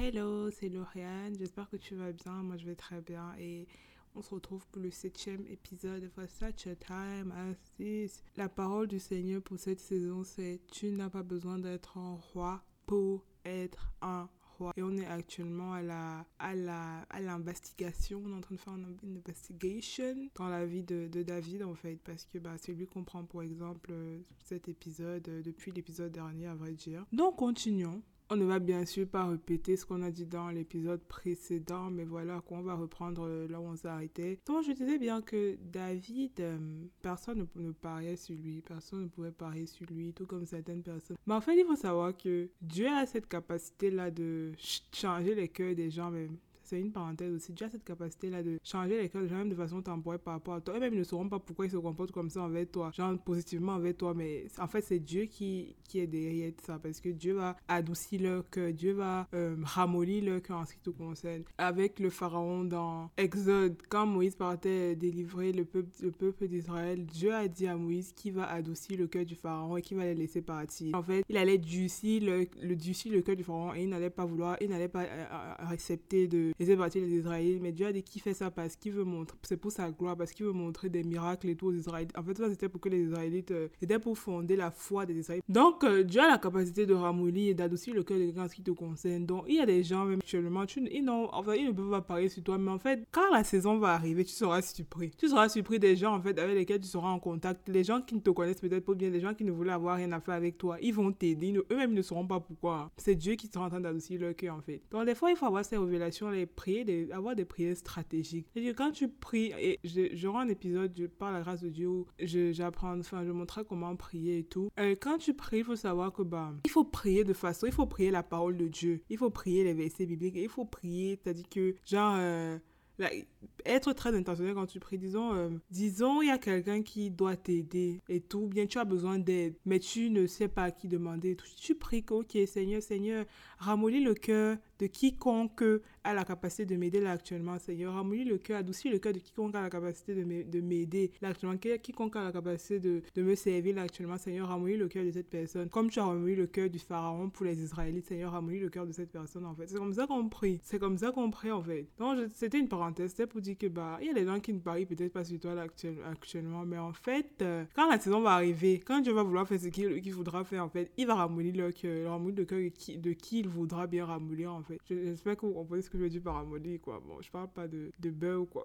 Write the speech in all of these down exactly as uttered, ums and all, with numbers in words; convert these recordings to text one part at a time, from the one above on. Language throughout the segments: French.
Hello, c'est Lauriane, j'espère que tu vas bien, moi je vais très bien et on se retrouve pour le septième épisode de For Such a Time as This. La parole du Seigneur pour cette saison c'est « Tu n'as pas besoin d'être un roi pour être un roi ». Et on est actuellement à la à la à l'investigation, on est en train de faire une investigation dans la vie de, de David en fait, parce que bah, c'est lui qu'on prend pour exemple cet épisode, depuis l'épisode dernier à vrai dire. Donc continuons. On ne va bien sûr pas répéter ce qu'on a dit dans l'épisode précédent, mais voilà qu'on va reprendre là où on s'est arrêté. Donc je disais bien que David, euh, personne ne, ne pariait sur lui, personne ne pouvait parier sur lui, tout comme certaines personnes. Mais en fait, il faut savoir que Dieu a cette capacité-là de changer les cœurs des gens même. C'est une parenthèse aussi. Dieu a cette capacité-là de changer les cœurs des gens même de façon temporaire par rapport à toi. Eux-mêmes, ils ne sauront pas pourquoi ils se comportent comme ça envers toi, genre positivement envers toi. Mais en fait, c'est Dieu qui, qui est derrière ça. Parce que Dieu va adoucir leur cœur. Dieu va euh, ramollir leur cœur en ce qui te concerne. Avec le pharaon dans Exode, quand Moïse partait délivrer le peuple, le peuple d'Israël, Dieu a dit à Moïse qu'il va adoucir le cœur du pharaon et qu'il va les laisser partir. En fait, il allait durcir le, le, durcir le cœur du pharaon et il n'allait pas vouloir, il n'allait pas euh, accepter de laisser partir les Israélites, mais Dieu a dit qu'il fait ça parce qu'il veut montrer, c'est pour sa gloire, parce qu'il veut montrer des miracles et tout aux Israélites. En fait, ça c'était pour que les Israélites, euh, c'était pour fonder la foi des Israélites. Donc, euh, Dieu a la capacité de ramollir et d'adoucir le cœur des gens qui te concernent. Donc, il y a des gens, même actuellement, tu, ils, n'ont, enfin, ils ne peuvent pas parier sur toi, mais en fait, quand la saison va arriver, tu seras surpris. Tu seras surpris des gens, en fait, avec lesquels tu seras en contact. Les gens qui ne te connaissent peut-être pas bien, les gens qui ne voulaient avoir rien à faire avec toi, ils vont t'aider. Eux-mêmes ne sauront pas pourquoi. C'est Dieu qui sera en train d'adoucir leur cœur, en fait. Donc, des fois, il faut avoir ces révélations, les prier, les, avoir des prières stratégiques. C'est-à-dire, quand tu pries, et j'aurai un épisode je, par la grâce de Dieu où je, j'apprends, enfin, je montrerai comment prier et tout. Euh, quand tu pries, il faut savoir que, bah, il faut prier de façon, il faut prier la parole de Dieu. Il faut prier les versets bibliques. Et il faut prier, c'est-à-dire que, genre, euh, Là, être très intentionnel quand tu pries, disons, euh, disons, il y a quelqu'un qui doit t'aider et tout, bien tu as besoin d'aide, mais tu ne sais pas à qui demander et tout. Tu pries que, ok, Seigneur, Seigneur, ramollis le cœur de quiconque a la capacité de m'aider là actuellement, Seigneur, ramollis le cœur, adoucis le cœur de quiconque a la capacité de m'aider là actuellement, quiconque a la capacité de, de me servir là actuellement, Seigneur, ramollis le cœur de cette personne, comme tu as ramolli le cœur du pharaon pour les Israélites, Seigneur, ramollis le cœur de cette personne en fait. C'est comme ça qu'on prie, c'est comme ça qu'on prie en fait. Donc, je, c'était une parenthèse, c'était pour dire que bah, il y a des gens qui ne parient peut-être pas sur toi là, actuel, actuellement, mais en fait, euh, quand la saison va arriver, quand Dieu va vouloir faire ce qu'il, qu'il voudra faire en fait, il va ramollir le cœur, ramollir le cœur de qui, de qui il voudra bien ramollir en fait. J'espère que vous comprenez ce que je veux dire par ramollir quoi. Bon, je parle pas de, de beurre ou quoi.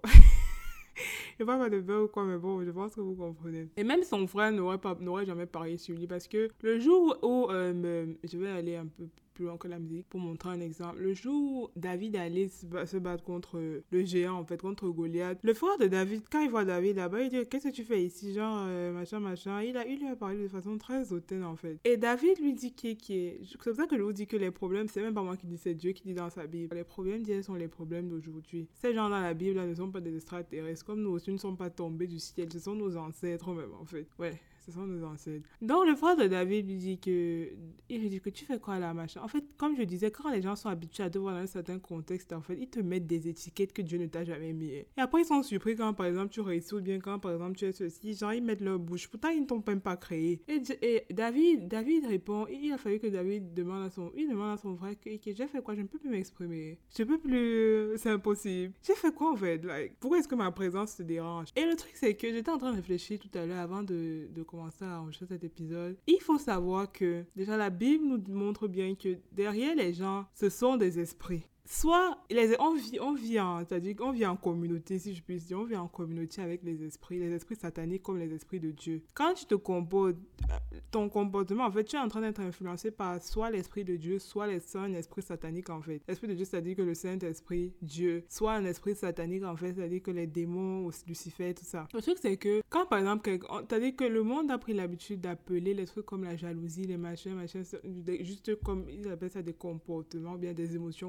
Je parle pas de beurre ou quoi, mais bon, je pense que vous comprenez. Et même son frère n'aurait, pas, n'aurait jamais parié sur lui parce que le jour où euh, je vais aller un peu plus loin que la musique pour montrer un exemple. Le jour où David allait se battre contre le géant, en fait, contre Goliath, le frère de David, quand il voit David là-bas, il dit « Qu'est-ce que tu fais ici ?» Genre, euh, machin, machin. Il, a, il lui a parlé de façon très hautaine, en fait. Et David lui dit qui qui est... C'est pour ça que je vous dis que les problèmes, c'est même pas moi qui dis, c'est Dieu qui dit dans sa Bible. Les problèmes d'hier sont les problèmes d'aujourd'hui. Ces gens dans la Bible, là, ne sont pas des extraterrestres. Comme nous aussi, ne sont pas tombés du ciel. Ce sont nos ancêtres même, en fait. Ouais. Ce sont nos ancêtres. Donc, le frère de David lui dit que... Il lui dit que tu fais quoi là, machin. En fait, comme je disais, quand les gens sont habitués à te voir dans un certain contexte, en fait, ils te mettent des étiquettes que Dieu ne t'a jamais mis. Et après, ils sont surpris quand, par exemple, tu réussis ou bien quand, par exemple, tu es ceci. Genre, ils mettent leur bouche. Pourtant, ils ne t'ont même pas créé. Et, et David, David répond... Il a fallu que David demande à son... Il demande à son frère que, que j'ai fait quoi? Je ne peux plus m'exprimer. Je ne peux plus... C'est impossible. J'ai fait quoi, en fait? Like, pourquoi est-ce que ma présence te dérange? Et le truc, c'est que j'étais en train de réfléchir tout à l'heure avant de, de commencer à enregistrer cet épisode. Il faut savoir que déjà la Bible nous montre bien que derrière les gens, ce sont des esprits. Soit les, on vit, on vit en, c'est-à-dire qu'on vit en communauté, si je puis dire, on vit en communauté avec les esprits, les esprits sataniques comme les esprits de Dieu. Quand tu te comportes, ton comportement, en fait, tu es en train d'être influencé par soit l'esprit de Dieu, soit les, un esprit satanique, en fait. L'esprit de Dieu, c'est-à-dire que le Saint-Esprit, Dieu, soit un esprit satanique, en fait, c'est-à-dire que les démons, Lucifer, tout ça. Le truc, c'est que quand, par exemple, c'est-à-dire que le monde a pris l'habitude d'appeler les trucs comme la jalousie, les machins, machins, juste comme ils appellent ça des comportements, bien des émotions, et cetera.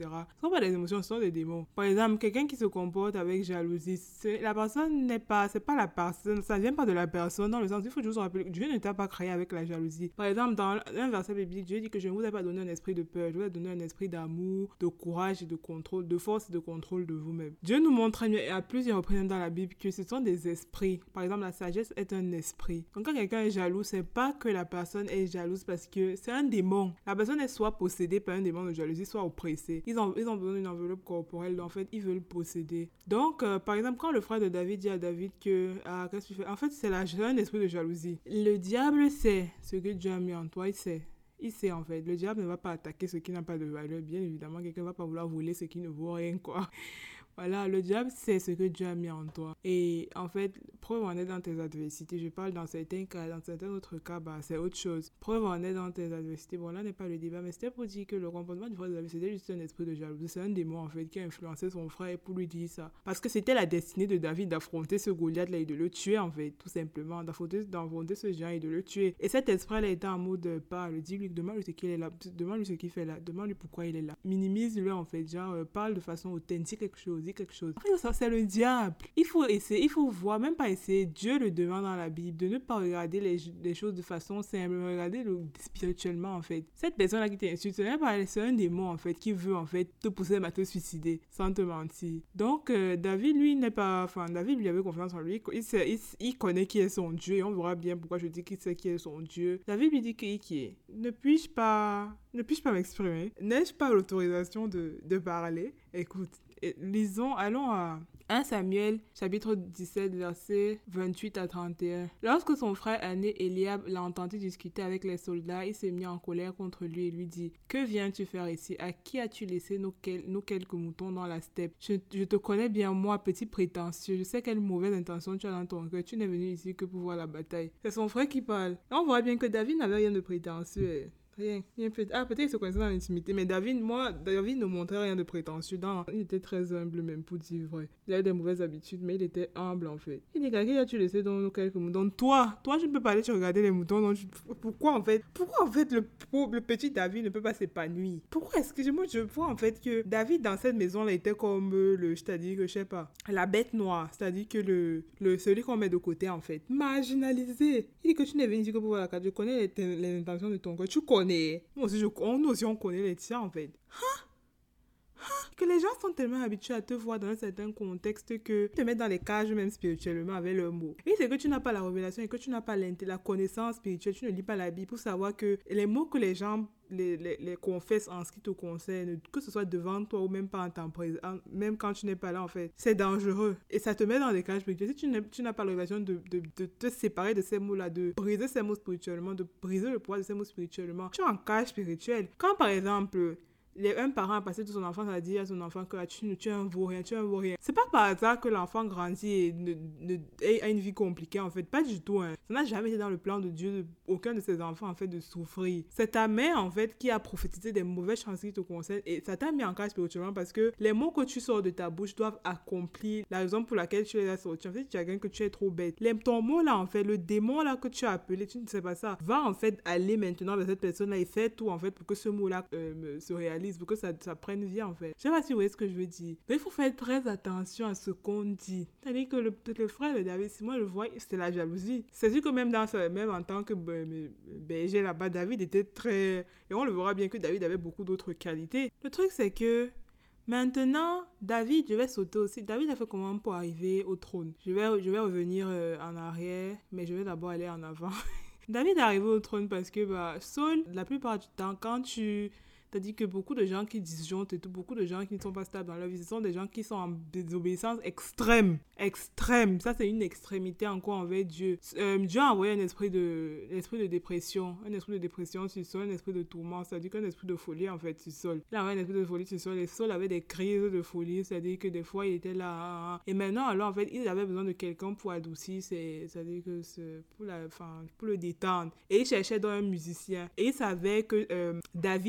cetera. Ce ne sont pas des émotions, ce sont des démons. Par exemple, quelqu'un qui se comporte avec jalousie, c'est, la personne n'est pas, c'est pas la personne, ça ne vient pas de la personne, dans le sens, il faut toujours se rappeler que Dieu ne t'a pas créé avec la jalousie. Par exemple, dans un verset biblique, Dieu dit que je ne vous ai pas donné un esprit de peur, je vous ai donné un esprit d'amour, de courage et de contrôle, de force et de contrôle de vous-même. Dieu nous montre à plusieurs reprises dans la Bible que ce sont des esprits. Par exemple, la sagesse est un esprit. Donc quand quelqu'un est jaloux, c'est pas que la personne est jalouse parce que c'est un démon. La personne est soit possédée par un démon de jalousie, soit oppressée. Ils ont, ils ont besoin d'une enveloppe corporelle, donc en fait, ils veulent posséder. Donc, euh, par exemple, quand le frère de David dit à David que, ah, qu'est-ce que tu fais? En fait, c'est, la, c'est un esprit de jalousie. Le diable sait ce que Dieu a mis en toi, il sait. Il sait en fait, le diable ne va pas attaquer ce qui n'a pas de valeur. Bien évidemment, quelqu'un ne va pas vouloir voler ce qui ne vaut rien, quoi. Voilà, le diable sait ce que Dieu a mis en toi. Et en fait, preuve en est dans tes adversités. Je parle dans certains cas, dans certains autres cas, bah, c'est autre chose. Preuve en est dans tes adversités. Bon, là n'est pas le débat, mais c'était pour dire que le comportement du frère de David, c'était juste un esprit de jalousie. C'est un démon en fait qui a influencé son frère pour lui dire ça. Parce que c'était la destinée de David d'affronter ce Goliath-là et de le tuer en fait, tout simplement. D'affronter, d'affronter ce géant et de le tuer. Et cet esprit-là était en mode, parle, dis-lui, demande-lui ce qu'il est là, demande-lui ce qu'il fait là, demande-lui pourquoi il est là. Minimise-le en fait, genre, euh, parle de façon authentique quelque chose. Quelque chose. En fait, ça, c'est le diable. Il faut essayer, il faut voir, même pas essayer. Dieu le demande dans la Bible de ne pas regarder les, les choses de façon simple, regarder le, spirituellement en fait. Cette personne-là qui t'insulte, ce n'est pas, c'est un démon en fait qui veut en fait te pousser à te suicider, sans te mentir. Donc euh, David, lui, n'est pas, enfin David lui avait confiance en lui. Il, sait, il, il connaît qui est son Dieu et on verra bien pourquoi je dis qu'il sait qui est son Dieu. David lui dit qui qui est. Ne puis-je pas, ne puis-je pas m'exprimer? N'ai-je pas l'autorisation de, de parler? Écoute. Et lisons, allons à premier Samuel, chapitre dix-sept, versets vingt-huit à trente et un. Lorsque son frère aîné Eliab l'a entendu discuter avec les soldats, il s'est mis en colère contre lui et lui dit « Que viens-tu faire ici? À qui as-tu laissé nos, quel- nos quelques moutons dans la steppe? je, je te connais bien, moi, petit prétentieux. Je sais quelle mauvaise intention tu as dans ton cœur. Tu n'es venu ici que pour voir la bataille. » C'est son frère qui parle. Et on voit bien que David n'avait rien de prétentieux. Rien, rien peut... Ah, peut-être qu'ils se connaissaient dans l'intimité, mais David, moi, David ne montrait rien de prétentieux. Dans... Il était très humble, même, pour dire vrai. Il avait des mauvaises habitudes, mais il était humble, en fait. Il dit, qui as-tu laissé dans nos quelques moutons? Donc, toi, toi, je ne peux pas aller te regarder les moutons. Donc, tu... Pourquoi, en fait, pourquoi, en fait, le, le petit David ne peut pas s'épanouir? Pourquoi est-ce que moi, je vois, en fait, que David, dans cette maison-là, était comme le, c'est-à-dire que, je sais pas, la bête noire. C'est-à-dire que le, le, celui qu'on met de côté, en fait. Marginalisé. Il dit que tu n'es venu ici que pour voir la carte. Je connais les, les intentions de ton cœur. Tu connais. Moi aussi, je, on, aussi, on connaît les tiens, en fait. Hein? Hein? Que les gens sont tellement habitués à te voir dans un certain contexte que te mettent dans les cages, même spirituellement, avec leurs mots. Et c'est que tu n'as pas la révélation et que tu n'as pas la connaissance spirituelle. Tu ne lis pas la Bible pour savoir que les mots que les gens les, les, les confessent en ce qui te concerne, que ce soit devant toi ou même pas en temps présent, même quand tu n'es pas là, en fait, c'est dangereux. Et ça te met dans des cages spirituelles. Si tu, tu n'as pas la révélation de, de, de te séparer de ces mots-là, de briser ces mots spirituellement, de briser le poids de ces mots spirituellement, tu es en cage spirituelle. Quand, par exemple, les, un parent a passé toute son enfance à dire à son enfant que ah, tu, tu es un vaurien, tu es un vaurien. C'est pas par hasard que l'enfant grandit et, ne, ne, et a une vie compliquée, en fait. Pas du tout, hein. Ça n'a jamais été dans le plan de Dieu, de, aucun de ses enfants, en fait, de souffrir. C'est ta mère, en fait, qui a prophétisé des mauvaises chances qui te concernent et ça t'a mis en cage spirituellement parce que les mots que tu sors de ta bouche doivent accomplir la raison pour laquelle tu les as sortis. En fait, tu as quelqu'un que tu es trop bête. Les, ton mot, là, en fait, le démon, là, que tu as appelé, tu ne sais pas ça, va, en fait, aller maintenant vers cette personne-là et faire tout, en fait, pour que ce mot-là euh, se réalise, pour que ça, ça prenne vie, en fait. Je sais pas si vous voyez ce que je veux dire. Mais il faut faire très attention à ce qu'on dit. C'est-à-dire que le, le frère de David, si moi je le vois, c'était la jalousie. C'est sûr que même, dans ce, même en tant que berger là-bas, David était très... Et on le verra bien que David avait beaucoup d'autres qualités. Le truc, c'est que maintenant, David, je vais sauter aussi. David a fait comment pour arriver au trône? Je vais, je vais revenir euh, en arrière, mais je vais d'abord aller en avant. David est arrivé au trône parce que bah, Saul, la plupart du temps, quand tu... C'est-à-dire que beaucoup de gens qui disjonctent et tout, beaucoup de gens qui ne sont pas stables dans leur vie, ce sont des gens qui sont en désobéissance extrême. Extrême. Ça, c'est une extrémité encore envers Dieu. Euh, Dieu a envoyé un esprit de, un esprit de dépression. Un esprit de dépression sur Saul, un esprit de tourment. C'est-à-dire qu'un esprit de folie, en fait, sur Saul. Il a envoyé un esprit de folie sur Saul. Et Saul avait des crises de folie. C'est-à-dire que des fois, il était là. Et maintenant, alors, en fait, il avait besoin de quelqu'un pour adoucir. C'est, c'est-à-dire que c'est pour, la, enfin, pour le détendre. Et il cherchait dans un musicien. Et il savait que euh, David jouait de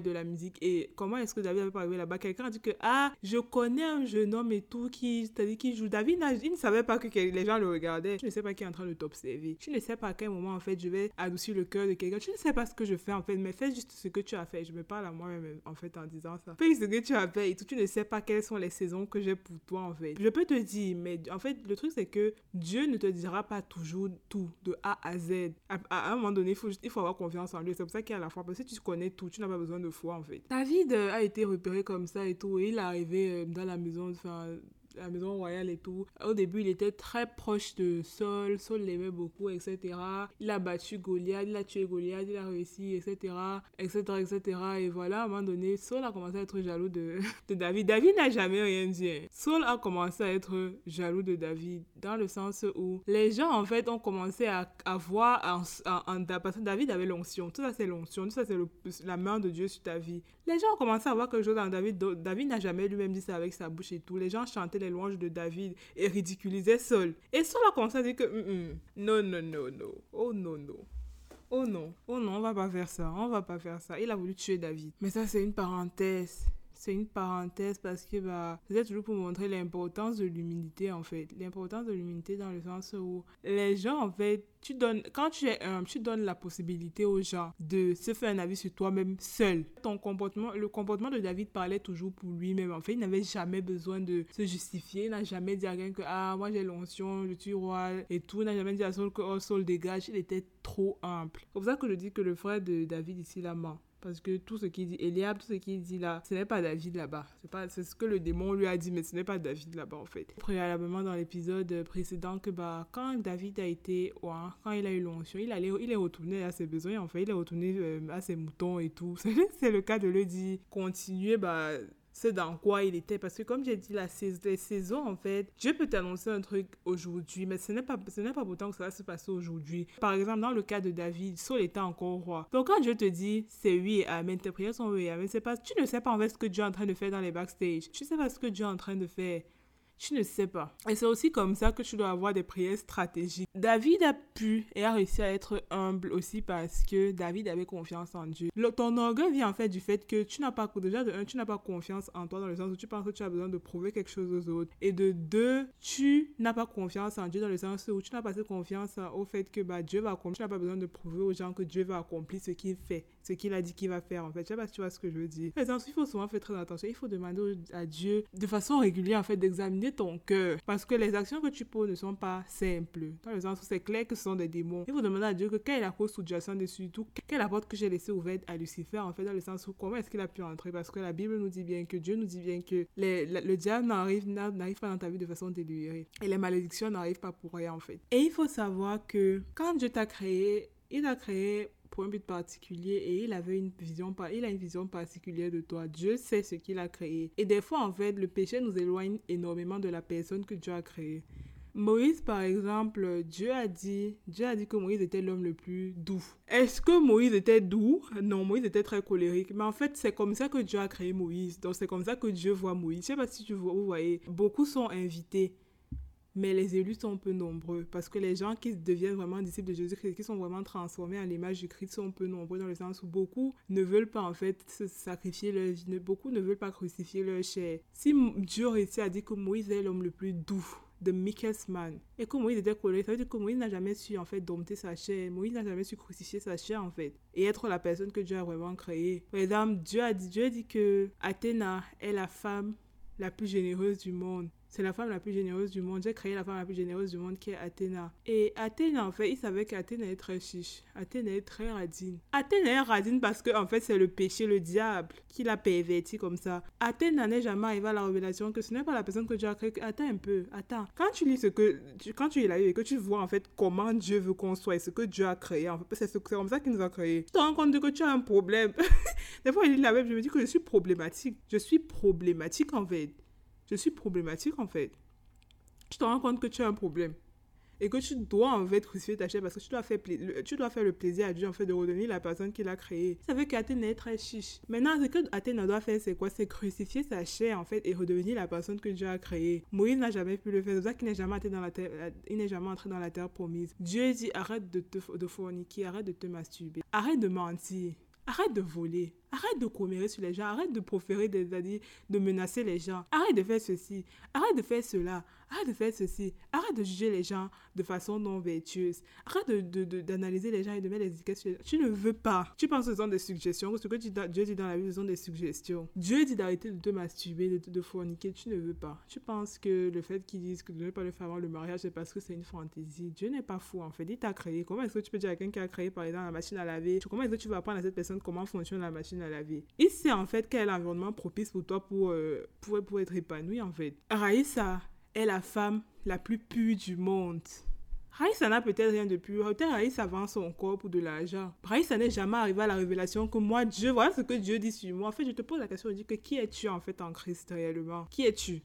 de la musique. Et comment est-ce que David avait pas arrivé là-bas? Quelqu'un a dit que, ah, je connais un jeune homme et tout, qui, c'est-à-dire qui joue. David, il ne savait pas que les gens le regardaient. Tu ne sais pas qui est en train de t'observer. Tu ne sais pas à quel moment, en fait, je vais adoucir le cœur de quelqu'un. Tu ne sais pas ce que je fais, en fait, mais fais juste ce que tu as fait. Je me parle à moi-même, en fait, en disant ça. Fais ce que tu as fait et tout. Tu ne sais pas quelles sont les saisons que j'ai pour toi, en fait. Je peux te dire, mais en fait, le truc, c'est que Dieu ne te dira pas toujours tout, de A à Z. À, à un moment donné, il faut, il faut avoir confiance en lui. C'est pour ça qu'il y a la foi. Parce que si tu connais tout, tu n'as pas besoin de foi, en fait. David euh, a été repéré comme ça et tout. Et il est arrivé euh, dans la maison, enfin, la maison royale et tout. Au début, il était très proche de Saul. Saul l'aimait beaucoup, et cetera. Il a battu Goliath, il a tué Goliath, il a réussi, et cetera, et cetera, et cetera. Et voilà, à un moment donné, Saul a commencé à être jaloux de, de David. David n'a jamais rien dit. Hein. Saul a commencé à être jaloux de David, dans le sens où les gens, en fait, ont commencé à, à voir en, en, en, parce que David avait l'onction. Tout ça, c'est l'onction. Tout ça, c'est le, la main de Dieu sur ta vie. Les gens ont commencé à voir quelque chose dans David. David n'a jamais lui-même dit ça avec sa bouche et tout. Les gens chantaient les louanges de David et ridiculisaient Saul. Et Saul a commencé à dire que mm, mm, non, non, non, non. Oh non, non. Oh non. Oh non, on va pas faire ça. On va pas faire ça. Il a voulu tuer David. Mais ça, c'est une parenthèse. C'est une parenthèse parce que bah, c'est toujours pour montrer l'importance de l'humilité en fait. L'importance de l'humilité dans le sens où les gens en fait, tu donnes, quand tu es humble, tu donnes la possibilité aux gens de se faire un avis sur toi-même seul. Ton comportement, le comportement de David parlait toujours pour lui-même. En fait, il n'avait jamais besoin de se justifier. Il n'a jamais dit à quelqu'un que ah, moi j'ai l'onction, je suis roi et tout. Il n'a jamais dit à Saul que oh, Saul dégage. Il était trop humble. C'est pour ça que je dis que le frère de David ici là ment. Parce que tout ce qu'il dit, Eliab, tout ce qu'il dit là, ce n'est pas David là-bas. C'est pas, c'est ce que le démon lui a dit, mais ce n'est pas David là-bas en fait. Préalablement dans l'épisode précédent, que bah, quand David a été, ouais, quand il a eu l'onction, il, allait, il est retourné à ses besoins en fait. Il est retourné euh, à ses moutons et tout. C'est le cas de le dire. Continuer, bah... c'est dans quoi il était. Parce que comme j'ai dit, la sais- les saisons, en fait, Dieu peut t'annoncer un truc aujourd'hui, mais ce n'est pas, ce n'est pas pourtant que ça va se passer aujourd'hui. Par exemple, dans le cas de David, Saul était encore roi. Donc quand Dieu te dit, c'est oui et amen, tes prières sont oui et amen, c'est pas, tu ne sais pas en fait ce que Dieu est en train de faire dans les backstage. Tu ne sais pas ce que Dieu est en train de faire. Tu ne sais pas. Et c'est aussi comme ça que tu dois avoir des prières stratégiques. David a pu et a réussi à être humble aussi parce que David avait confiance en Dieu. Le, ton orgueil vient en fait du fait que tu n'as pas, déjà de un, tu n'as pas confiance en toi dans le sens où tu penses que tu as besoin de prouver quelque chose aux autres. Et de deux, tu n'as pas confiance en Dieu dans le sens où tu n'as pas assez confiance au fait que bah, Dieu va accomplir. Tu n'as pas besoin de prouver aux gens que Dieu va accomplir ce qu'il fait, ce qu'il a dit qu'il va faire en fait. Je sais pas si tu vois ce que je veux dire. Mais ensuite, il faut souvent faire très attention. Il faut demander à Dieu de façon régulière en fait d'examiner ton cœur. Parce que les actions que tu poses ne sont pas simples. Dans le sens où c'est clair que ce sont des démons. Il faut demander à Dieu que quelle est la cause sous-jacente dessus tout. Quelle est la porte que j'ai laissée ouverte à Lucifer en fait, dans le sens où comment est-ce qu'il a pu entrer. Parce que la Bible nous dit bien que Dieu nous dit bien que les, la, le diable n'arrive, n'arrive pas dans ta vie de façon délibérée. Et les malédictions n'arrivent pas pour rien en fait. Et il faut savoir que quand Dieu t'a créé, il t'a créé pour un but particulier et il avait une vision, il a une vision particulière de toi. Dieu sait ce qu'il a créé. Et des fois, en fait, le péché nous éloigne énormément de la personne que Dieu a créée. Moïse, par exemple, Dieu a dit, Dieu a dit que Moïse était l'homme le plus doux. Est-ce que Moïse était doux? Non, Moïse était très colérique. Mais en fait, c'est comme ça que Dieu a créé Moïse. Donc, c'est comme ça que Dieu voit Moïse. Je sais pas si tu vois, vous voyez. Beaucoup sont invités. Mais les élus sont peu nombreux parce que les gens qui deviennent vraiment disciples de Jésus-Christ, qui sont vraiment transformés à l'image du Christ, sont peu nombreux dans le sens où beaucoup ne veulent pas en fait se sacrifier leur vie, beaucoup ne veulent pas crucifier leur chair. Si Dieu réussit à dire que Moïse est l'homme le plus doux, the meekest man, et que Moïse était colérique, ça veut dire que Moïse n'a jamais su en fait dompter sa chair, Moïse n'a jamais su crucifier sa chair en fait, et être la personne que Dieu a vraiment créée. Par exemple, Dieu a dit, Dieu a dit que Athéna est la femme la plus généreuse du monde. C'est la femme la plus généreuse du monde. J'ai créé la femme la plus généreuse du monde qui est Athéna. Et Athéna, en fait, il savait qu'Athéna est très chiche. Athéna est très radine. Athéna est radine parce que, en fait, c'est le péché, le diable, qui l'a perverti comme ça. Athéna n'est jamais arrivé à la révélation que ce n'est pas la personne que Dieu a créée. Attends un peu, attends. Quand tu lis ce que, tu, quand tu lis la Bible et que tu vois, en fait, comment Dieu veut qu'on soit et ce que Dieu a créé, en fait, c'est, c'est comme ça qu'il nous a créé. Tu te rends compte que tu as un problème. Des fois, je lis la Bible, je me dis que je suis problématique. Je suis problématique, en fait. Je suis problématique en fait. Tu te rends compte que tu as un problème et que tu dois en fait crucifier ta chair parce que tu dois faire, pla- tu dois faire le plaisir à Dieu en fait de redevenir la personne qui l'a créé. Ça veut qu'Athéna est très chiche. Maintenant, ce que Athéna doit faire, c'est quoi? C'est crucifier sa chair en fait et redevenir la personne que Dieu a créée. Moïse n'a jamais pu le faire. C'est pour ça qu'il n'est jamais entré dans la terre, il n'est jamais entré dans la terre promise. Dieu dit arrête de te de forniquer, arrête de te masturber, arrête de mentir. Arrête de voler. Arrête de commérer sur les gens, arrête de proférer des dire, de menacer les gens. Arrête de faire ceci, arrête de faire cela, arrête de faire ceci. Arrête de juger les gens de façon non vertueuse. Arrête de, de, de, d'analyser les gens et de mettre les étiquettes sur les gens. Tu ne veux pas. Tu penses que ce sont des suggestions. Ce que tu, Dieu dit dans la Bible, ce sont des suggestions. Dieu dit d'arrêter de te masturber, de, de forniquer. Tu ne veux pas. Tu penses que le fait qu'ils disent que de ne pas le faire avant le mariage, c'est parce que c'est une fantaisie. Dieu n'est pas fou en fait. Il t'a créé. Comment est-ce que tu peux dire à quelqu'un qui a créé par exemple la machine à laver? Comment est-ce que tu vas apprendre à cette personne comment fonctionne la machine à laver? Il sait en fait quel est l'environnement propice pour toi pour, euh, pour, pour être épanoui en fait. Raïssa est la femme la plus pure du monde. Raïssa n'a peut-être rien de pur. Peut-être Raïssa vend son corps pour de l'argent. Raïssa n'est jamais arrivé à la révélation que moi, Dieu, voilà ce que Dieu dit sur moi. En fait, je te pose la question, je dis que qui es-tu en fait en Christ réellement? Qui es-tu?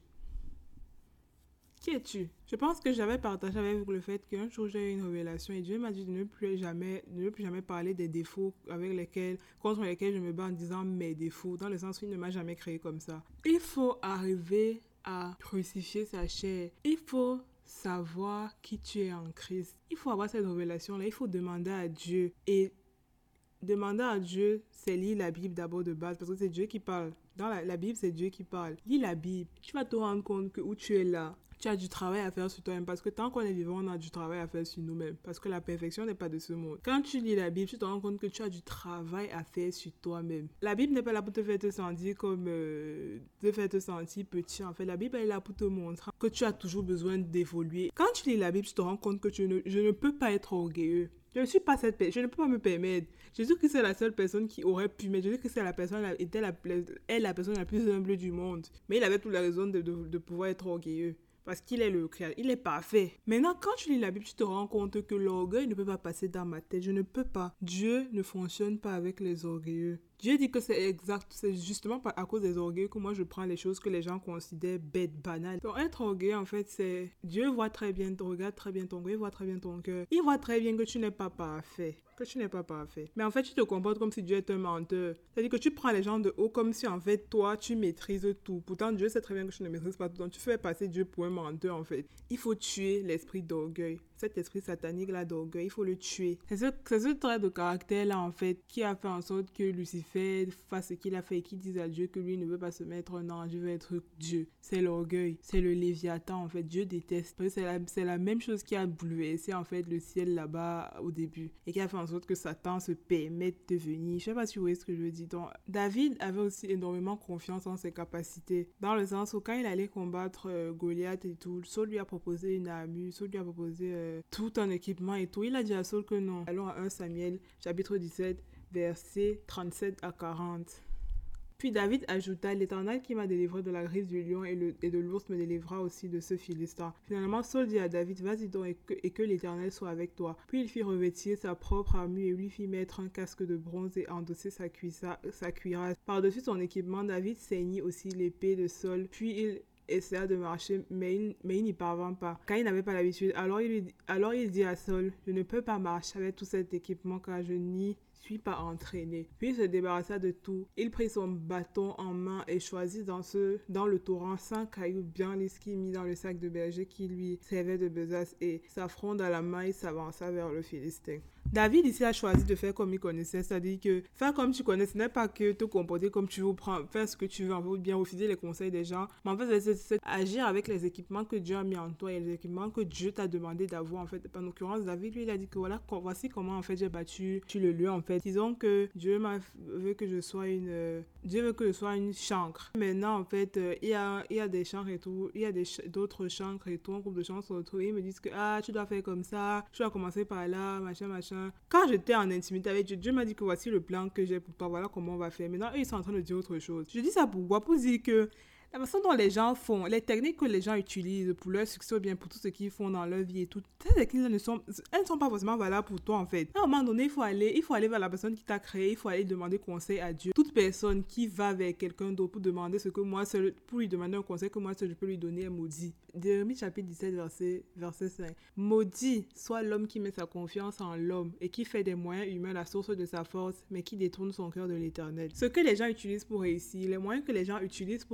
Qui es-tu? Je pense que j'avais partagé avec vous le fait qu'un jour j'ai eu une révélation et Dieu m'a dit de ne plus jamais, de ne plus jamais parler des défauts avec lesquels, contre lesquels je me bats en disant mes défauts, dans le sens où il ne m'a jamais créé comme ça. Il faut arriver à crucifier sa chair. Il faut savoir qui tu es en Christ. Il faut avoir cette révélation-là. Il faut demander à Dieu. Et demander à Dieu, c'est lire la Bible d'abord de base, parce que c'est Dieu qui parle. Dans la, la Bible, c'est Dieu qui parle. Lis la Bible. Tu vas te rendre compte que où tu es là, tu as du travail à faire sur toi-même, parce que tant qu'on est vivant, on a du travail à faire sur nous-mêmes, parce que la perfection n'est pas de ce monde. Quand tu lis la Bible, tu te rends compte que tu as du travail à faire sur toi-même. La Bible n'est pas là pour te faire te sentir comme euh, te faire te sentir petit. En fait, la Bible est là pour te montrer que tu as toujours besoin d'évoluer. Quand tu lis la Bible, tu te rends compte que tu ne, je ne peux pas être orgueilleux. Je ne suis pas cette personne, je ne peux pas me permettre. Jésus-Christ est la seule personne qui aurait pu, mais Jésus-Christ est la personne, était la, est la personne la plus humble du monde. Mais il avait toutes les raisons de, de, de pouvoir être orgueilleux. Parce qu'il est le créateur, il est parfait. Maintenant, quand tu lis la Bible, tu te rends compte que l'orgueil ne peut pas passer dans ma tête. Je ne peux pas. Dieu ne fonctionne pas avec les orgueilleux. Dieu dit que c'est exact, c'est justement à cause des orgueils que moi je prends les choses que les gens considèrent bêtes, banales. Donc être orgueilleux, en fait, c'est... Dieu voit très bien, regarde très bien ton cœur, il voit très bien ton cœur. Il voit très bien que tu n'es pas parfait. Que tu n'es pas parfait. Mais en fait, tu te comportes comme si Dieu est un menteur. C'est-à-dire que tu prends les gens de haut comme si en fait, toi, tu maîtrises tout. Pourtant, Dieu sait très bien que tu ne maîtrises pas tout. Donc, tu fais passer Dieu pour un menteur, en fait. Il faut tuer l'esprit d'orgueil. Cet esprit satanique-là d'orgueil, il faut le tuer. C'est ce, c'est ce trait de caractère-là, en fait, qui a fait en sorte que Lucifer fasse ce qu'il a fait et qui dise à Dieu que lui ne veut pas se mettre un ange, il veut être Dieu. C'est l'orgueil. C'est le Léviathan, en fait. Dieu déteste. C'est la, c'est la même chose qui a bouleversé, en fait, le ciel là-bas au début. Et qui a fait en sorte que Satan se permette de venir. Je sais pas si vous voyez ce que je veux dire. Donc, David avait aussi énormément confiance en ses capacités. Dans le sens où quand il allait combattre euh, Goliath et tout, Saul lui a proposé une armure, Saul lui a proposé euh, tout un équipement et tout. Il a dit à Saul que non. Allons à premier Samuel, chapitre dix-sept, versets trente-sept à quarante. Puis David ajouta, l'Éternel qui m'a délivré de la griffe du lion et, le, et de l'ours me délivrera aussi de ce Philistin. Finalement, Saul dit à David, vas-y donc et que, et que l'Éternel soit avec toi. Puis il fit revêtir sa propre armure et lui fit mettre un casque de bronze et endosser sa, cuissa, sa cuirasse. Par-dessus son équipement, David ceignit aussi l'épée de Saul. Puis il essaya de marcher, mais il, mais il n'y parvint pas, car il n'avait pas l'habitude. Alors il, lui, alors il dit à Saul, je ne peux pas marcher avec tout cet équipement, car je n'y suis pas entraîné. Puis il se débarrassa de tout. Il prit son bâton en main et choisit dans, ce, dans le torrent cinq cailloux bien lisses qu'il mit dans le sac de berger qui lui servait de besace et sa fronde à la main, il s'avança vers le Philistin. David ici a choisi de faire comme il connaissait, c'est-à-dire que faire comme tu connais, ce n'est pas que te comporter comme tu veux, prendre, faire ce que tu veux, en fait, ou bien refuser les conseils des gens, mais en fait, c'est, c'est agir avec les équipements que Dieu a mis en toi et les équipements que Dieu t'a demandé d'avoir, en fait. En l'occurrence, David, lui, il a dit que voilà, voici comment, en fait, j'ai battu le lieu, en fait. Disons que Dieu m'a veut que je sois une... Euh, Dieu veut que je sois une chancre. Maintenant, en fait, euh, il, y a, il y a des chancres et tout, il y a des ch- d'autres chancres et tout, un groupe de chancres se retrouve, ils me disent que, ah, tu dois faire comme ça, tu dois commencer par là, machin, machin. Quand j'étais en intimité avec Dieu, Dieu m'a dit que voici le plan que j'ai pour toi, voilà comment on va faire. Maintenant, eux, ils sont en train de dire autre chose. Je dis ça pourquoi? Pour dire que la façon dont les gens font, les techniques que les gens utilisent pour leur succès ou bien pour tout ce qu'ils font dans leur vie et tout, ces techniques ne sont, elles ne sont pas forcément valables pour toi en fait. À un moment donné, il faut aller, il faut aller vers la personne qui t'a créé, il faut aller demander conseil à Dieu. Toute personne qui va vers quelqu'un d'autre pour demander ce que moi seul, pour lui demander un conseil que moi seul je peux lui donner est maudit. Jérémie chapitre dix-sept verset, verset cinq. Maudit soit l'homme qui met sa confiance en l'homme et qui fait des moyens humains la source de sa force, mais qui détourne son cœur de l'Éternel. Ce que les gens utilisent pour réussir, les moyens que les gens utilisent pour réussir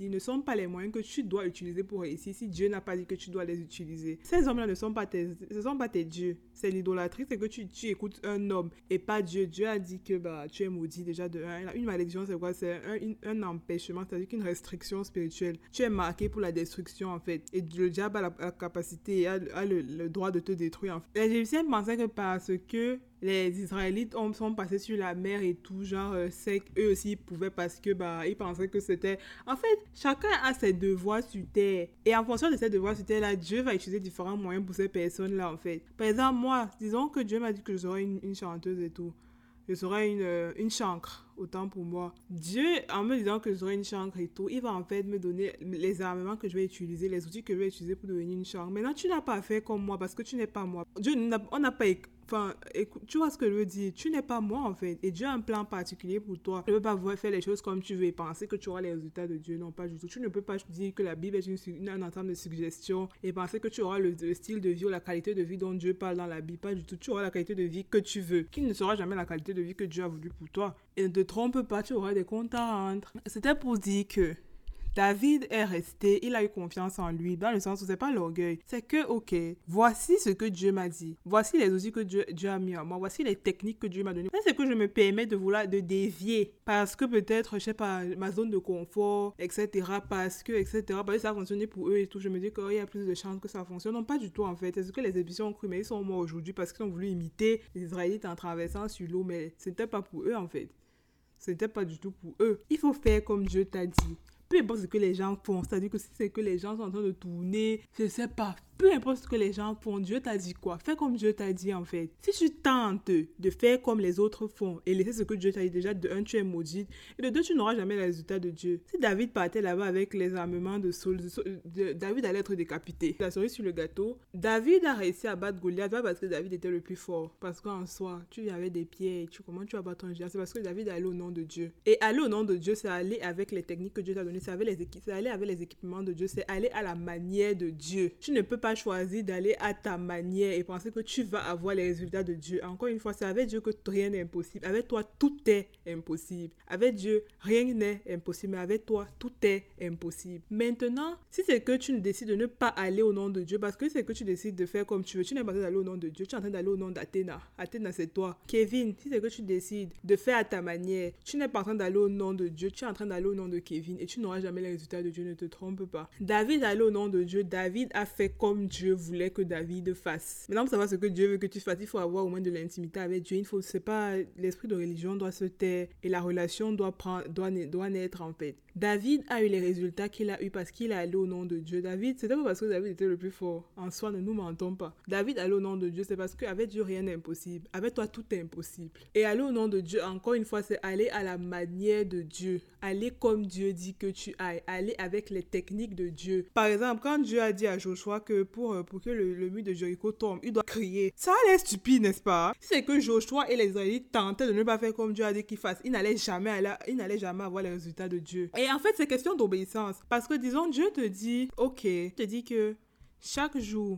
ne sont pas les moyens que tu dois utiliser pour réussir si Dieu n'a pas dit que tu dois les utiliser. Ces hommes-là ne sont pas tes, ce sont pas tes dieux. C'est l'idolâtrie, c'est que tu, tu écoutes un homme et pas Dieu. Dieu a dit que bah, tu es maudit déjà de un. Une malédiction, c'est quoi? C'est un, une, un empêchement, c'est-à-dire qu'une restriction spirituelle. Tu es marqué pour la destruction, en fait. Et le diable a la, la capacité, a, a le, le droit de te détruire, en fait. Les Égyptiens pensaient que parce que les Israélites ont, sont passés sur la mer et tout, genre, euh, c'est qu'eux aussi ils pouvaient parce que, bah, ils pensaient que c'était... En fait, chacun a ses devoirs sur terre. Et en fonction de ses devoirs sur terre, là, Dieu va utiliser différents moyens pour ces personnes-là, en fait. Par exemple, moi, disons que Dieu m'a dit que je serais une, une chanteuse et tout. Je serais une, euh, une chancre, autant pour moi. Dieu, en me disant que je serais une chancre et tout, il va en fait me donner les armements que je vais utiliser, les outils que je vais utiliser pour devenir une chancre. Maintenant, tu n'as pas fait comme moi parce que tu n'es pas moi. Dieu, on n'a pas... Enfin, écoute, tu vois ce que je veux dire? Tu n'es pas moi, en fait. Et Dieu a un plan particulier pour toi. Tu ne peux pas faire les choses comme tu veux et penser que tu auras les résultats de Dieu. Non, pas du tout. Tu ne peux pas dire que la Bible est une, une, un ensemble de suggestions et penser que tu auras le, le style de vie ou la qualité de vie dont Dieu parle dans la Bible. Pas du tout. Tu auras la qualité de vie que tu veux, qui ne sera jamais la qualité de vie que Dieu a voulu pour toi. Et ne te trompe pas, tu auras des comptes à rendre. C'était pour dire que David est resté, il a eu confiance en lui, dans le sens où c'est pas l'orgueil, c'est que, ok, voici ce que Dieu m'a dit, voici les outils que Dieu, Dieu a mis en moi, voici les techniques que Dieu m'a données. C'est ce que je me permets de vouloir, de dévier, parce que peut-être, je sais pas, ma zone de confort, et cetera, parce que, et cetera, parce que ça a fonctionné pour eux et tout, je me dis qu'il y a plus de chances que ça fonctionne. Non, pas du tout, en fait, c'est ce que les Égyptiens ont cru, mais ils sont morts aujourd'hui parce qu'ils ont voulu imiter les Israélites en traversant sur l'eau, mais c'était pas pour eux, en fait. C'était pas du tout pour eux. Il faut faire comme Dieu t'a dit. Peu importe ce que les gens font, c'est-à-dire que si c'est que les gens sont en train de tourner, je sais pas, peu importe ce que les gens font, Dieu t'a dit quoi? Fais comme Dieu t'a dit, en fait. Si tu tentes de faire comme les autres font et laisser ce que Dieu t'a dit, déjà, de un, tu es maudite, et de deux, tu n'auras jamais les résultats de Dieu. Si David partait là-bas avec les armements de Saul, David allait être décapité. La cerise sur le gâteau, David a réussi à battre Goliath, pas parce que David était le plus fort, parce qu'en soi, tu avais des pieds, tu, comment tu vas battre un géant? C'est parce que David allait au nom de Dieu. Et aller au nom de Dieu, c'est aller avec les techniques que Dieu t'a données, c'est avec les équipes, c'est aller avec les équipements de Dieu, c'est aller à la manière de Dieu. Tu ne peux pas choisir d'aller à ta manière et penser que tu vas avoir les résultats de Dieu. Encore une fois, c'est avec Dieu que rien n'est impossible. Avec toi, tout est impossible. Avec Dieu, rien n'est impossible, mais avec toi, tout est impossible. Maintenant, si c'est que tu décides de ne pas aller au nom de Dieu, parce que c'est que tu décides de faire comme tu veux, tu n'es pas en train d'aller au nom de Dieu, tu es en train d'aller au nom d'Athéna. Athéna, c'est toi. Kevin, si c'est que tu décides de faire à ta manière, tu n'es pas en train d'aller au nom de Dieu, tu es en train d'aller au nom de Kevin et tu n'auras jamais les résultats de Dieu, ne te trompe pas. David allait au nom de Dieu, David a fait comme Dieu voulait que David fasse. Maintenant, pour savoir ce que Dieu veut que tu fasses, il faut avoir au moins de l'intimité avec Dieu. Il faut, c'est pas, l'esprit de religion doit se taire et la relation doit prendre, doit, doit naître en fait. David a eu les résultats qu'il a eu parce qu'il est allé au nom de Dieu. David, c'était pas parce que David était le plus fort. En soi, ne nous mentons pas. David allait au nom de Dieu, c'est parce qu'avec Dieu, rien n'est impossible. Avec toi, tout est impossible. Et aller au nom de Dieu, encore une fois, c'est aller à la manière de Dieu. Aller comme Dieu dit que tu ailles. Aller avec les techniques de Dieu. Par exemple, quand Dieu a dit à Joshua que pour, pour que le, le mur de Jéricho tombe, il doit crier. Ça a l'air stupide, n'est-ce pas? C'est que Joshua et les Israélites tentaient de ne pas faire comme Dieu a dit qu'ils fassent. Ils n'allaient jamais, aller, ils n'allaient jamais avoir les résultats de Dieu. Et en fait, c'est question d'obéissance. Parce que, disons, Dieu te dit, ok, te dit que chaque jour,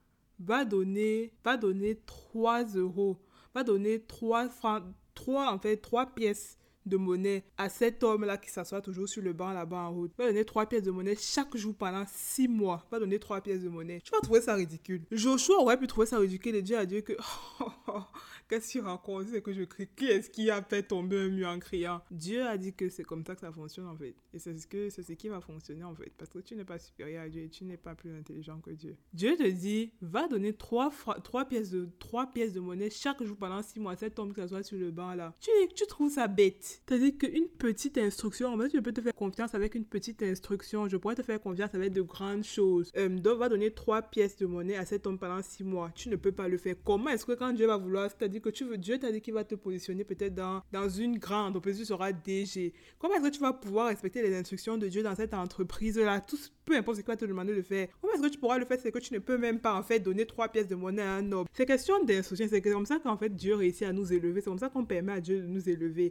va donner, va donner trois euros, va donner trois francs, trois, en fait, trois pièces de monnaie à cet homme-là qui s'assoit toujours sur le banc là-bas en route. Va donner trois pièces de monnaie chaque jour pendant six mois. Va donner trois pièces de monnaie. Tu vas trouver ça ridicule. Joshua aurait pu trouver ça ridicule et dire à Dieu que oh, oh, oh, qu'est-ce qu'il raconte? C'est que je crie. Qui est-ce qui a fait tomber un mur en criant? Dieu a dit que c'est comme ça que ça fonctionne en fait. Et c'est ce, que, c'est ce qui va fonctionner en fait. Parce que tu n'es pas supérieur à Dieu et tu n'es pas plus intelligent que Dieu. Dieu te dit, va donner trois, fra- trois, pièces, de, trois pièces de monnaie chaque jour pendant six mois à cet homme qui s'assoit sur le banc là. Tu, tu trouves ça bête? C'est-à-dire qu'une petite instruction, en fait, je peux te faire confiance avec une petite instruction. Je pourrais te faire confiance avec de grandes choses. Euh, donc, va donner trois pièces de monnaie à cet homme pendant six mois. Tu ne peux pas le faire. Comment est-ce que quand Dieu va vouloir, c'est-à-dire que tu veux, Dieu t'a dit qu'il va te positionner peut-être dans, dans une grande entreprise, tu seras D G. Comment est-ce que tu vas pouvoir respecter les instructions de Dieu dans cette entreprise-là? Tout, peu importe ce qu'il va te demander de faire. Comment est-ce que tu pourras le faire? C'est que tu ne peux même pas, en fait, donner trois pièces de monnaie à un homme. C'est question d'instruction. C'est comme ça qu'en fait, Dieu réussit à nous élever. C'est comme ça qu'on permet à Dieu de nous élever. Parce que Dieu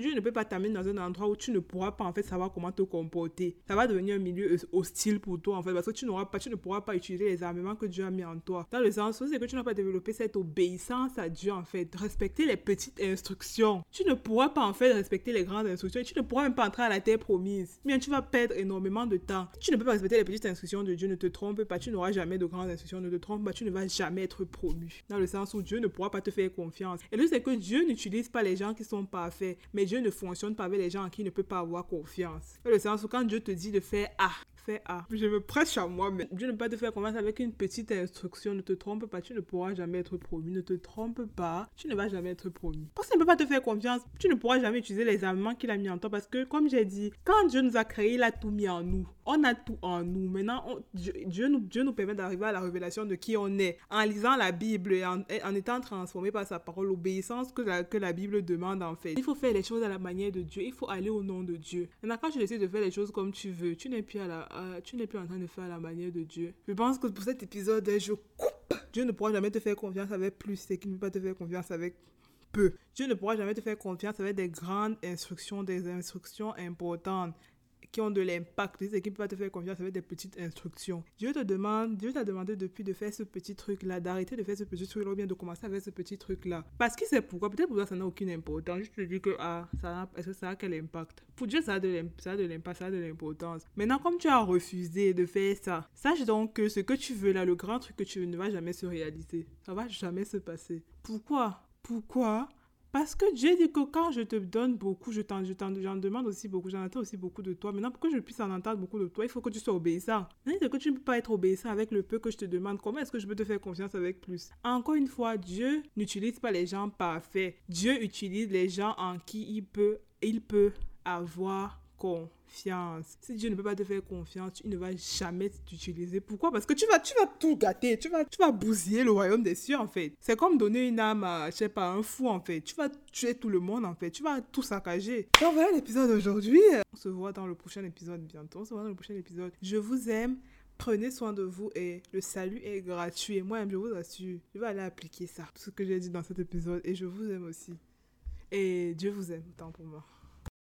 Dieu ne peut pas t'amener dans un endroit où tu ne pourras pas en fait savoir comment te comporter. Ça va devenir un milieu hostile pour toi en fait parce que tu n'auras pas, tu ne pourras pas utiliser les armements que Dieu a mis en toi. Dans le sens où c'est que tu n'as pas développé cette obéissance à Dieu en fait. Respecter les petites instructions. Tu ne pourras pas en fait respecter les grandes instructions et tu ne pourras même pas entrer à la terre promise. Bien, tu vas perdre énormément de temps. Tu ne peux pas respecter les petites instructions de Dieu, ne te trompe pas, tu n'auras jamais de grandes instructions, ne te trompe pas, tu ne vas jamais être promu. Dans le sens où Dieu ne pourra pas te faire confiance. Et le c'est que Dieu n'utilise pas les gens qui sont parfaits, mais Dieu ne fonctionne pas avec les gens en qui il ne peut pas avoir confiance. Dans le sens où quand Dieu te dit de faire A, fais A. Je me prêche à moi, mais Dieu ne peut pas te faire confiance avec une petite instruction. Ne te trompe pas, tu ne pourras jamais être promu. Ne te trompe pas, tu ne vas jamais être promu. Parce qu'il ne peut pas te faire confiance, tu ne pourras jamais utiliser les armements qu'il a mis en toi. Parce que, comme j'ai dit, quand Dieu nous a créés, il a tout mis en nous. On a tout en nous. Maintenant, on, Dieu, Dieu, nous, Dieu nous permet d'arriver à la révélation de qui on est. En lisant la Bible et en, en étant transformé par sa parole, l'obéissance que la, que la Bible demande en fait. Il faut faire les choses à la manière de Dieu. Il faut aller au nom de Dieu. Maintenant, quand tu décides de faire les choses comme tu veux, tu n'es plus, à la, à, tu n'es plus en train de faire à la manière de Dieu. Je pense que pour cet épisode, je coupe. Dieu ne pourra jamais te faire confiance avec plus, c'est qu'il ne peut pas te faire confiance avec peu. Dieu ne pourra jamais te faire confiance avec des grandes instructions, des instructions importantes qui ont de l'impact. C'est qu'il ne peut pas te faire confiance avec des petites instructions. Dieu te demande, Dieu t'a demandé depuis de faire ce petit truc-là, d'arrêter de faire ce petit truc-là ou bien de commencer avec ce petit truc-là. Parce qu'il sait pourquoi. Peut-être pour toi, ça n'a aucune importance. Je te dis que, ah, ça a, est-ce que ça a quel impact? Pour Dieu, ça a de l'impact, ça a de l'impact, ça a de l'importance. Maintenant, comme tu as refusé de faire ça, sache donc que ce que tu veux là, le grand truc que tu veux, ne va jamais se réaliser. Ça va jamais se passer. Pourquoi? Pourquoi? Parce que Dieu dit que quand je te donne beaucoup, je t'en, je t'en, j'en demande aussi beaucoup, j'en attends aussi beaucoup de toi. Maintenant, pour que je puisse en entendre beaucoup de toi, il faut que tu sois obéissant. C'est que tu ne peux pas être obéissant avec le peu que je te demande. Comment est-ce que je peux te faire confiance avec plus? Encore une fois, Dieu n'utilise pas les gens parfaits. Dieu utilise les gens en qui il peut, il peut avoir confiance. Si Dieu ne peut pas te faire confiance, il ne va jamais t'utiliser. Pourquoi? Parce que tu vas, tu vas tout gâter, tu vas, tu vas bousiller le royaume des cieux en fait. C'est comme donner une âme à, je sais pas, un fou en fait. Tu vas tuer tout le monde en fait, tu vas tout saccager. Donc voilà l'épisode d'aujourd'hui. On se voit dans le prochain épisode bientôt. On se voit dans le prochain épisode. Je vous aime. Prenez soin de vous et le salut est gratuit. Moi-même, je vous assure, je vais aller appliquer ça. Tout ce que j'ai dit dans cet épisode et je vous aime aussi. Et Dieu vous aime, tant pour moi.